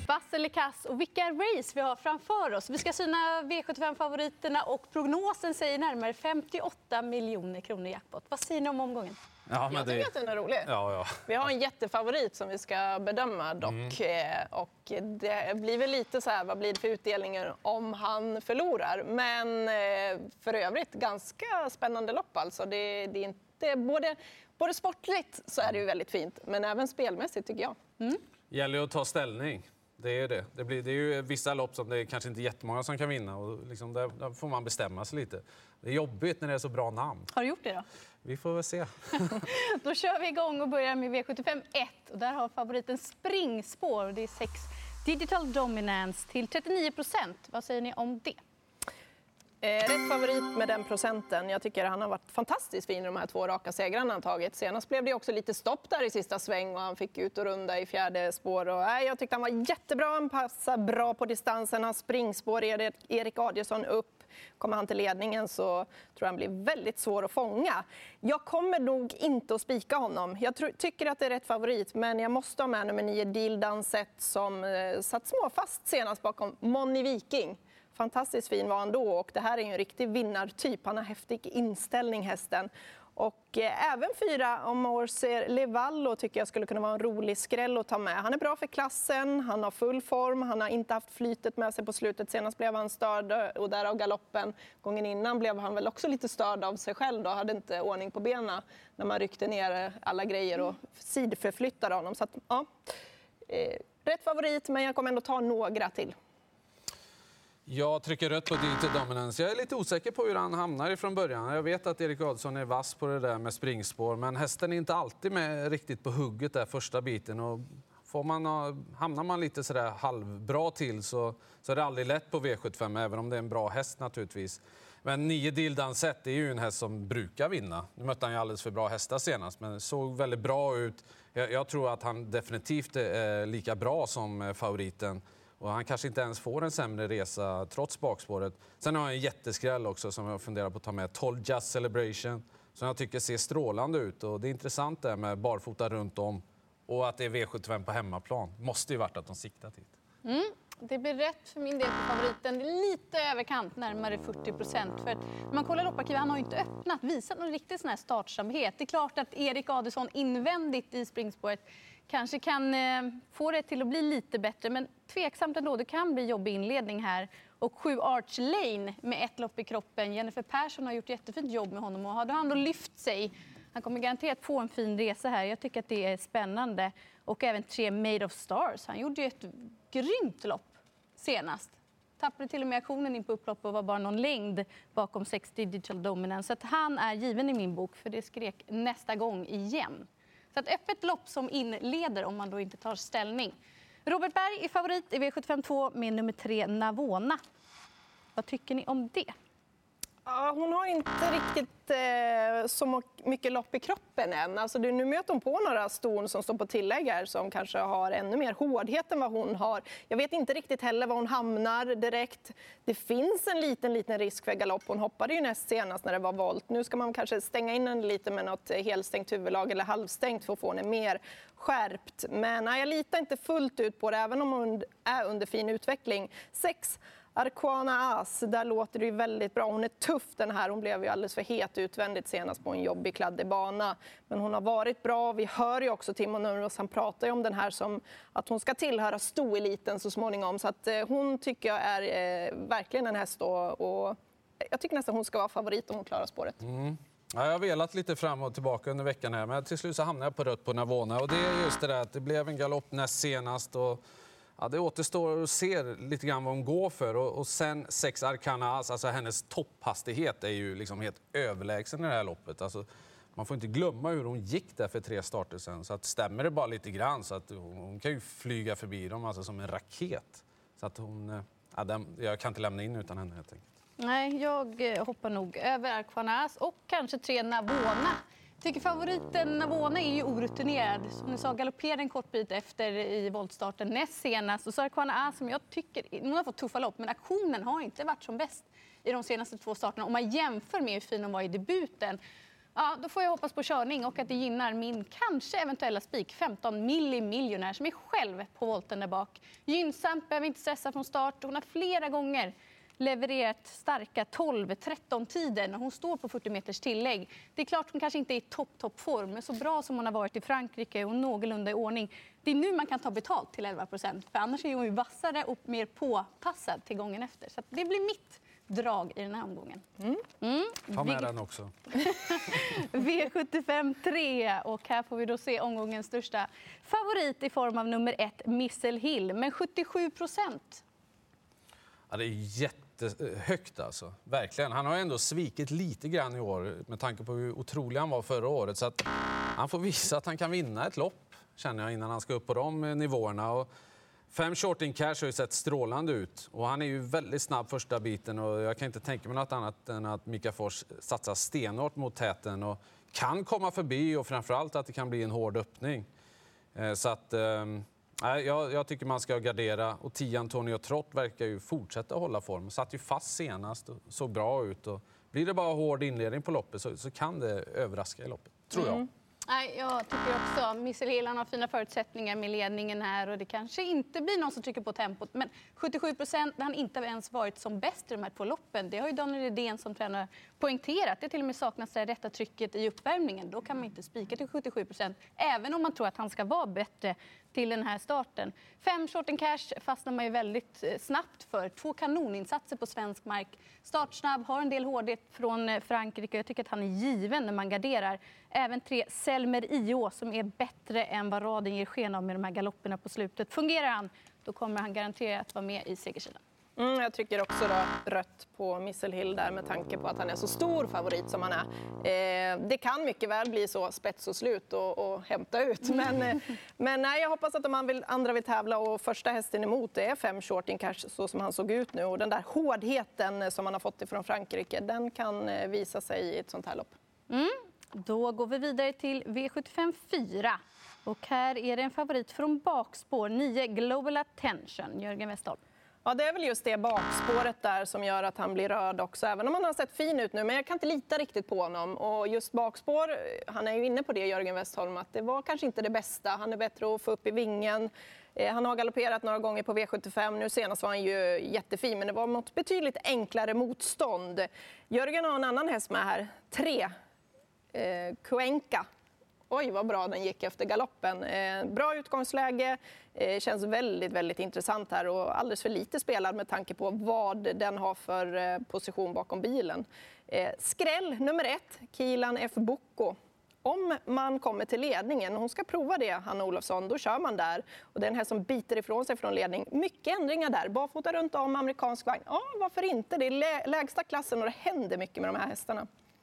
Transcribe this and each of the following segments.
Vass eller kass och vilka race vi har framför oss. Vi ska syna V75-favoriterna och prognosen säger närmare 58 miljoner kronor jackpot. Vad säger ni om omgången? Ja, jag tycker att den är rolig. Ja. Vi har en jättefavorit som vi ska bedöma dock. Och det blir väl lite så här, vad blir det för utdelningar om han förlorar? Men för övrigt ganska spännande lopp alltså. Det är inte både sportligt så är det ju väldigt fint, men även spelmässigt tycker jag. Gäller att ta ställning. Det är det. Det är ju vissa lopp som det är kanske inte jättemånga som kan vinna. Och liksom där får man bestämma sig lite. Det är jobbigt när det är så bra namn. Har du gjort det då? Vi får väl se. Då kör vi igång och börjar med V75 1. Och där har favoriten springspår. Det är 6 Digital Dominance till 39%. Vad säger ni om det? Rätt favorit med den procenten. Jag tycker han har varit fantastiskt fin i de här 2 raka segrarna han tagit. Senast blev det också lite stopp där i sista sväng och han fick ut och runda i 4:e spår. Och, jag tyckte han var jättebra, han passar bra på distansen. Han springspår Erik Adielsson upp. Kommer han till ledningen så tror jag han blir väldigt svår att fånga. Jag kommer nog inte att spika honom. Jag tycker att det är rätt favorit, men jag måste ha med nummer 9 Deal Dansett som satt småfast senast bakom Moni Viking. Fantastiskt fin var han då och det här är en riktig vinnartyp. Han har häftig inställning hästen. Och även 4 Amorcer Levallo tycker jag skulle kunna vara en rolig skräll att ta med. Han är bra för klassen, han har full form, han har inte haft flytet med sig på slutet. Senast blev han störd och där av galoppen. Gången innan blev han väl också lite störd av sig själv då. Hade inte ordning på benen när man ryckte ner alla grejer och sidförflyttade honom. Så att, ja, rätt favorit, men jag kommer ändå ta några till. Jag trycker rött på Digital Dominance. Jag är lite osäker på hur han hamnar ifrån början. Jag vet att Erik Adielsson är vass på det där med springspår, men hästen är inte alltid med riktigt på hugget där första biten. Och hamnar man lite sådär halvbra till så är det aldrig lätt på V75, även om det är en bra häst naturligtvis. Men 9 Deal Dansett är ju en häst som brukar vinna. Nu mötte han ju alldeles för bra hästar senast, men det såg väldigt bra ut. Jag tror att han definitivt är lika bra som favoriten. Och han kanske inte ens får en sämre resa trots bakspåret. Sen har jag en jätteskräll också som jag funderar på att ta med. 12 Just Celebration som jag tycker ser strålande ut. Och det är intressant det med barfota runt om. Och att det är V75 på hemmaplan. Måste ju varit att de siktat hit. Det blir rätt för min del på favoriten. Det är lite överkant, närmare 40%. För att när man kollar lopparkivet, han har ju inte visat någon riktigt sån här startsamhet. Det är klart att Erik Adielsson invändigt i springspåret kanske kan få det till att bli lite bättre, men tveksamt ändå. Det kan bli jobbig inledning här. Och 7 Arch Lane med ett lopp i kroppen. Jennifer Persson har gjort jättefint jobb med honom och hade han då lyft sig. Han kommer garanterat få en fin resa här. Jag tycker att det är spännande. Och även 3 Made of Stars. Han gjorde ju ett grymt lopp senast. Tappade till och med aktionen in på upplopp och var bara någon längd bakom 6 Digital Dominance. Så att han är given i min bok, för det skrek nästa gång igen. Så ett öppet lopp som inleder om man då inte tar ställning. Robert Berg är favorit i V75-2 med nummer 3 Navona. Vad tycker ni om det? Ja, hon har inte riktigt så mycket lopp i kroppen än. Alltså, nu möter hon på några ston som står på tillägg här som kanske har ännu mer hårdhet än vad hon har. Jag vet inte riktigt heller var hon hamnar direkt. Det finns en liten risk för galopp. Hon hoppade ju näst senast när det var volt. Nu ska man kanske stänga in henne lite med något helstängt huvudlag eller halvstängt för att få henne mer skärpt. Men jag litar inte fullt ut på det, även om hon är under fin utveckling. 6 Arquana As, där låter det ju väldigt bra. Hon är tuff den här. Hon blev ju alldeles för het utvändigt senast på en jobbig kladdig bana. Men hon har varit bra. Vi hör ju också Timo Nurmos, han pratar ju om den här som att hon ska tillhöra stoeliten så småningom. Så att hon tycker jag är verkligen en häst och jag tycker nästan hon ska vara favorit om hon klarar spåret. Ja, jag har velat lite fram och tillbaka under veckan här, men till slut så hamnade jag på rött på Navona. Och det är just det där att det blev en galopp näst senast och ja, det återstår att se lite grann vad hon går för. Och sen 6 Arcana, alltså hennes topphastighet är ju liksom helt överlägsen i det här loppet. Alltså, man får inte glömma hur hon gick där för 3 starter sen. Så att stämmer det bara lite grann så att hon kan ju flyga förbi dem alltså som en raket. Så att hon, jag kan inte lämna in utan henne helt enkelt. Nej, jag hoppar nog över Arquanas och kanske 3 Navona. Jag tycker favoriten Navona är ju orutinerad. Som ni sa, galopperade en kort bit efter i voltstarten näst senast. Och så Arquana som jag tycker, hon har fått tuffa lopp, men aktionen har inte varit som bäst i de senaste 2 starterna. Om man jämför med hur fin hon var i debuten. Ja, då får jag hoppas på körning och att det gynnar min kanske eventuella spik 15 miljonär som är själv på volten där bak. Gynnsamt, behöver inte stressa från start. Hon har flera gånger levererat starka 12-13 tider när hon står på 40 meters tillägg. Det är klart hon kanske inte är i toppform, men så bra som hon har varit i Frankrike och någorlunda i ordning. Det är nu man kan ta betalt till 11%, för annars är hon ju vassare och mer påpassad till gången efter. Så det blir mitt drag i den här omgången. Ta med den också. V75 3, och här får vi då se omgångens största favorit i form av nummer 1, Missile Hill, med 77%. Ja, det är jättehögt alltså, verkligen. Han har ändå svikit lite grann i år med tanke på hur otrolig han var förra året. Så att han får visa att han kan vinna ett lopp, känner jag, innan han ska upp på de nivåerna. Och 5 Shorting Cash har ju sett strålande ut och han är ju väldigt snabb första biten och jag kan inte tänka mig något annat än att Mika Fors satsar stenhårt mot täten och kan komma förbi och framförallt att det kan bli en hård öppning. Så att jag tycker man ska gardera och 10 Antonio Trott verkar ju fortsätta hålla form. Satt ju fast senast och såg bra ut och blir det bara hård inledning på loppet så kan det överraska i loppet, tror jag. Nej, jag tycker också Missile Hill har fina förutsättningar med ledningen här och det kanske inte blir någon som trycker på tempot. Men 77% när han inte ens varit som bäst i de här 2 loppen. Det har ju Daniel Redén som tränare poängterat. Det till och med saknas det rätta trycket i uppvärmningen. Då kan man inte spika till 77%. Även om man tror att han ska vara bättre till den här starten. 5 Shorting Cash fastnar man ju väldigt snabbt för. 2 kanoninsatser på svensk mark. Startsnabb, har en del hårdhet från Frankrike. Jag tycker att han är given när man garderar. Även 3 Selmer IO som är bättre än vad raden ger sken av med de här galopperna på slutet. Fungerar han, då kommer han garanterat vara med i segersidan. Jag tycker också då rött på Missile Hill där med tanke på att han är så stor favorit som han är. Det kan mycket väl bli så spets och slut och hämta ut. Men nej, jag hoppas att om andra vill tävla och första hästen emot det är 5 Shorting Cash så som han såg ut nu. Och den där hårdheten som han har fått ifrån Frankrike, den kan visa sig i ett sånt här lopp. Då går vi vidare till V75 4. Och här är det en favorit från bakspår, 9 Global Attention, Jörgen Westholm. Ja, det är väl just det bakspåret där som gör att han blir röd också. Även om han har sett fin ut nu, men jag kan inte lita riktigt på honom. Och just bakspår, han är ju inne på det, Jörgen Westholm, att det var kanske inte det bästa. Han är bättre att få upp i vingen. Han har galopperat några gånger på V75. Nu senast var han ju jättefin, men det var mot betydligt enklare motstånd. Jörgen har en annan häst med här, 3 Cuenca. Oj, vad bra den gick efter galoppen. Bra utgångsläge, känns väldigt, väldigt intressant här och alldeles för lite spelad med tanke på vad den har för position bakom bilen. Skräll nummer 1, Kilan F. Bocco. Om man kommer till ledningen, hon ska prova det, Hanna Olofsson, då kör man där. Och det är en här som biter ifrån sig från ledning. Mycket ändringar där, barfota runt om, amerikansk vagn. Ja, varför inte? Det är lägsta klassen och det händer mycket med de här hästarna.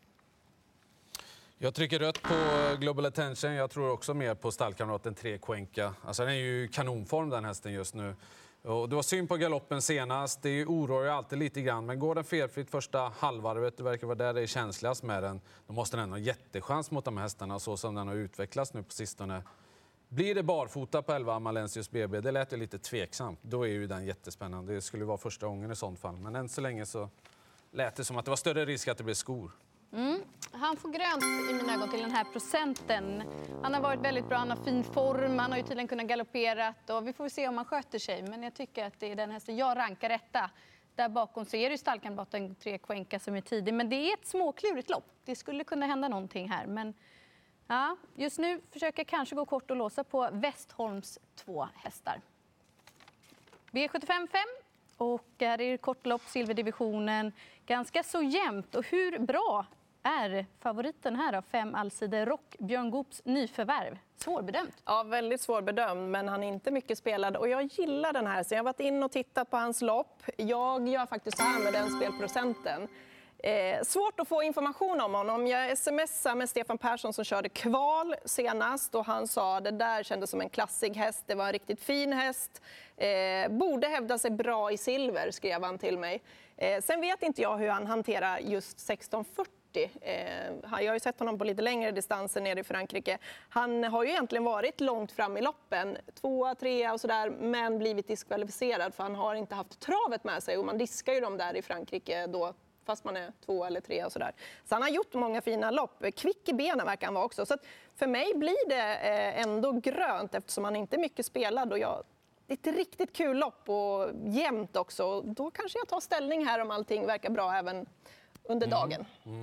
Jag trycker rött på Global Attention. Jag tror också mer på stallkamraten 3 Cuenca. Alltså den är ju i kanonform den hästen just nu. Och det var synd på galoppen senast. Det oroar ju alltid lite grann. Men går den felfritt första halvvarvet, det verkar vara där det är känsligast med den. Då måste den ha jättechans mot de hästarna så som den har utvecklats nu på sistone. Blir det barfota på 11 Amalensius BB, det lät ju lite tveksamt. Då är ju den jättespännande. Det skulle vara första gången i sånt fall. Men än så länge så lät det som att det var större risk att det blev skor. Han får grönt i mina ögon till den här procenten. Han har varit väldigt bra, han har fin form, han har ju tydligen kunnat galoppera och vi får se om han sköter sig. Men jag tycker att det är den hästen jag rankar rätta. Där bakom så är det ju stallkamraten 3 Cuenca som är tidig. Men det är ett småklurigt lopp. Det skulle kunna hända någonting här. Men ja, just nu försöker jag kanske gå kort och låsa på Westholms 2 hästar. V75 5. Och här är det kortlopp, silverdivisionen. Ganska så jämnt. Och hur bra är favoriten här av 5 Allsider Rock, Björn Goops nyförvärv? Svårbedömt. Ja, väldigt svårbedömd, men han är inte mycket spelad. Och jag gillar den här, så jag har varit in och tittat på hans lopp. Jag gör faktiskt så här med den spelprocenten. Svårt att få information om honom. Jag smsade med Stefan Persson som körde kval senast och han sa att det där kändes som en klassig häst. Det var en riktigt fin häst. Borde hävda sig bra i silver, skrev han till mig. Sen vet inte jag hur han hanterar just 1640. Jag har ju sett honom på lite längre distanser nere i Frankrike. Han har ju egentligen varit långt fram i loppen, 2, 3 och sådär, men blivit diskvalificerad för han har inte haft travet med sig och man diskar ju dem där i Frankrike då fast man är 2 eller 3 och sådär. Så han har gjort många fina lopp. Kvick i benen verkar han vara också. Så att för mig blir det ändå grönt eftersom han inte är mycket spelad. Och det är ett riktigt kul lopp och jämnt också. Då kanske jag tar ställning här om allting verkar bra även under dagen.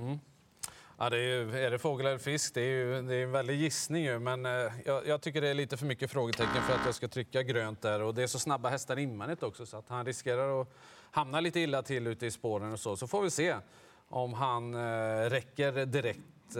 Ja, är det fågel eller fisk? Det är en väldig gissning ju, men jag tycker det är lite för mycket frågetecken för att jag ska trycka grönt där. Och det är så snabba hästar invändigt också så att han riskerar att hamna lite illa till ute i spåren och så. Så får vi se om han räcker direkt.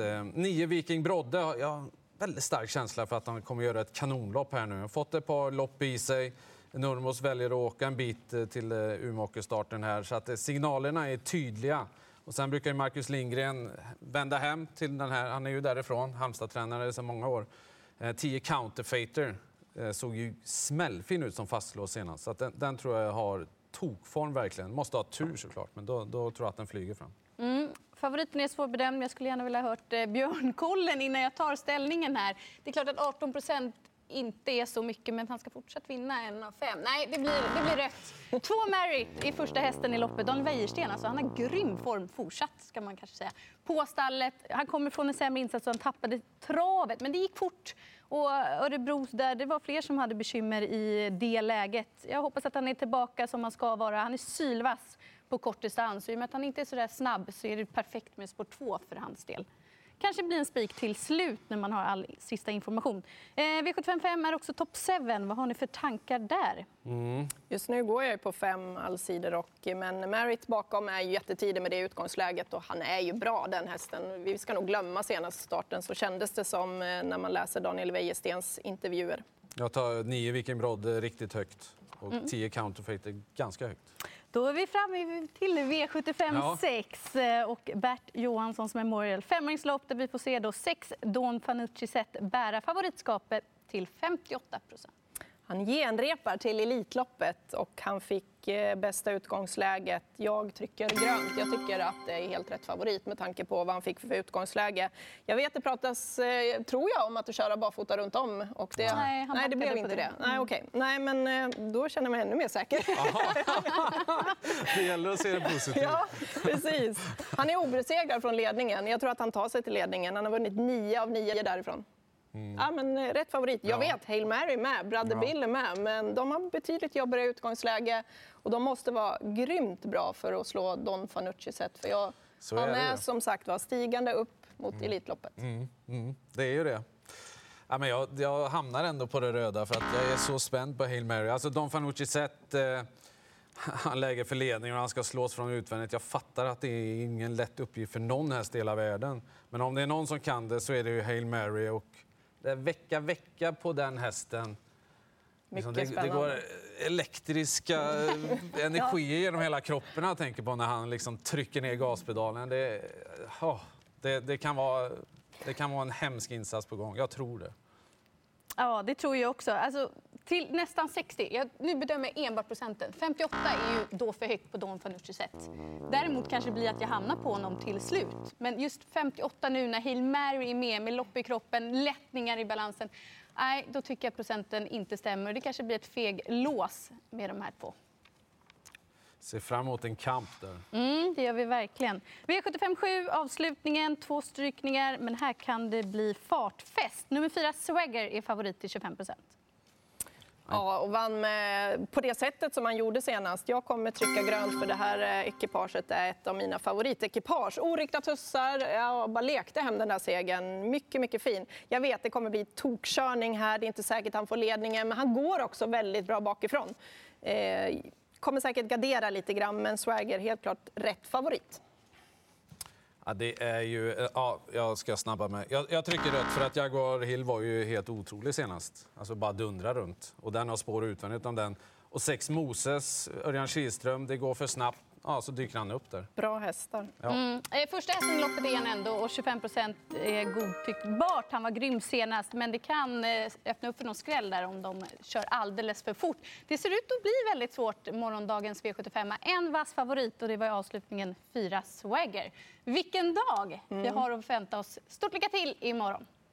9 Viking Brodde, jag har väldigt stark känsla för att han kommer göra ett kanonlopp här nu. Han har fått ett par lopp i sig. Nurmos väljer att åka en bit till Umeåkerstarten här så att signalerna är tydliga. Och sen brukar Marcus Lindgren vända hem till den här, han är ju därifrån, Halmstad-tränare sedan många år. 10 Counterfeiter såg ju smällfin ut som fastlås senast. Så att den tror jag har tokform verkligen. Måste ha tur såklart, men då tror jag att den flyger fram. Favoriten är svårbedömd. Jag skulle gärna vilja ha hört Björnkollen innan jag tar ställningen här. Det är klart att 18% inte är så mycket, men han ska fortsatt vinna 1 av 5. Nej, det blir rätt. 2 Merit i första hästen i loppet. Daniel Wäjersten, alltså, han har grym form fortsatt, ska man kanske säga. På stallet, han kommer från en sämre insats och han tappade travet, men det gick fort. Och Örebro, det var fler som hade bekymmer i det läget. Jag hoppas att han är tillbaka som han ska vara. Han är sylvass på kort distans. Och i och med att han inte är så där snabb så är det perfekt med spår 2 för hans del. Kanske blir en spik till slut när man har all sista information. V755 är också top 7. Vad har ni för tankar där? Just nu går jag på 5 allsider men Merit bakom är ju jättetidig med det utgångsläget och han är ju bra den hästen. Vi ska nog glömma senaste starten, så kändes det som när man läser Daniel Wäjerstens intervjuer. Jag tar 9 Viking Brodde riktigt högt och 10 Counterfeiter ganska högt. Då är vi framme till V75 6 och Bert Johanssons Memorial 5-ringslopp där vi får se då 6 Dawn Fanucci Zet bära favoritskapet till 58%. Han genrepar till Elitloppet och han fick bästa utgångsläget. Jag trycker grönt. Jag tycker att det är helt rätt favorit med tanke på vad han fick för utgångsläge. Jag vet det pratas, tror jag, om att köra barfota runt om. Och det, nej, det blev inte det. Nej, okej. Nej, men då känner jag mig ännu mer säker. Det gäller att se det positivt. Ja, precis. Han är obesegrad från ledningen. Jag tror att han tar sig till ledningen. Han har vunnit 9 av 9 därifrån. Ja, men rätt favorit. Jag vet, Hail Mary med, Brother Bill är med, men de har betydligt jobbigare utgångsläge och de måste vara grymt bra för att slå Dawn Fanucci Zet. För han är som sagt stigande upp mot Elitloppet. Det är ju det. Ja, men jag hamnar ändå på det röda för att jag är så spänd på Hail Mary. Alltså Dawn Fanucci Zet, han lägger för ledning och han ska slås från utvändigt. Jag fattar att det är ingen lätt uppgift för någon häst i hela världen. Men om det är någon som kan det så är det ju Hail Mary och vecka på den hästen. Det går elektriska energier genom hela kroppen jag tänker på när han liksom trycker ner gaspedalen. Det kan vara en hemsk insats på gång. Jag tror det. Ja, det tror jag också. Alltså, till nästan 60. Nu bedömer jag enbart procenten. 58 är ju då för högt på Dawn Fanucci Zet. Däremot kanske det blir att jag hamnar på honom till slut. Men just 58 nu när Hail Mary är med lopp i kroppen, lättningar i balansen. Nej, då tycker jag procenten inte stämmer. Det kanske blir ett feg lås med de här 2. Se fram emot en kamp där. Det gör vi verkligen. V75-7, avslutningen, 2 strykningar. Men här kan det bli fartfest. Nummer 4, Swagger, är favorit till 25%. Ja, och vann med, på det sättet som han gjorde senast. Jag kommer trycka grönt för det här ekipaget är ett av mina favoritekipage. Oriktat hussar, jag bara lekte hem den där segern. Mycket, mycket fin. Jag vet det kommer bli tokkörning här, det är inte säkert han får ledningen. Men han går också väldigt bra bakifrån. Kommer säkert gardera lite grann, men Swagger helt klart rätt favorit. Ja, det är ju... Ja, jag ska snabba mig. Jag trycker rött för att Jaguar Hill var ju helt otrolig senast. Alltså bara dundra runt. Och den har spår utvändigt om den. Och 6 Moses, Örjan Kihlström, det går för snabbt. Ja, så dyker han upp där. Bra hästar. Ja. Första hästen i loppet är han ändå och 25% är godtyckbart. Han var grym senast, men det kan öppna upp för någon skräll där om de kör alldeles för fort. Det ser ut att bli väldigt svårt morgondagens V75. En vass favorit och det var i avslutningen 4 Swagger. Vilken dag vi har att förvänta oss. Stort lycka till imorgon.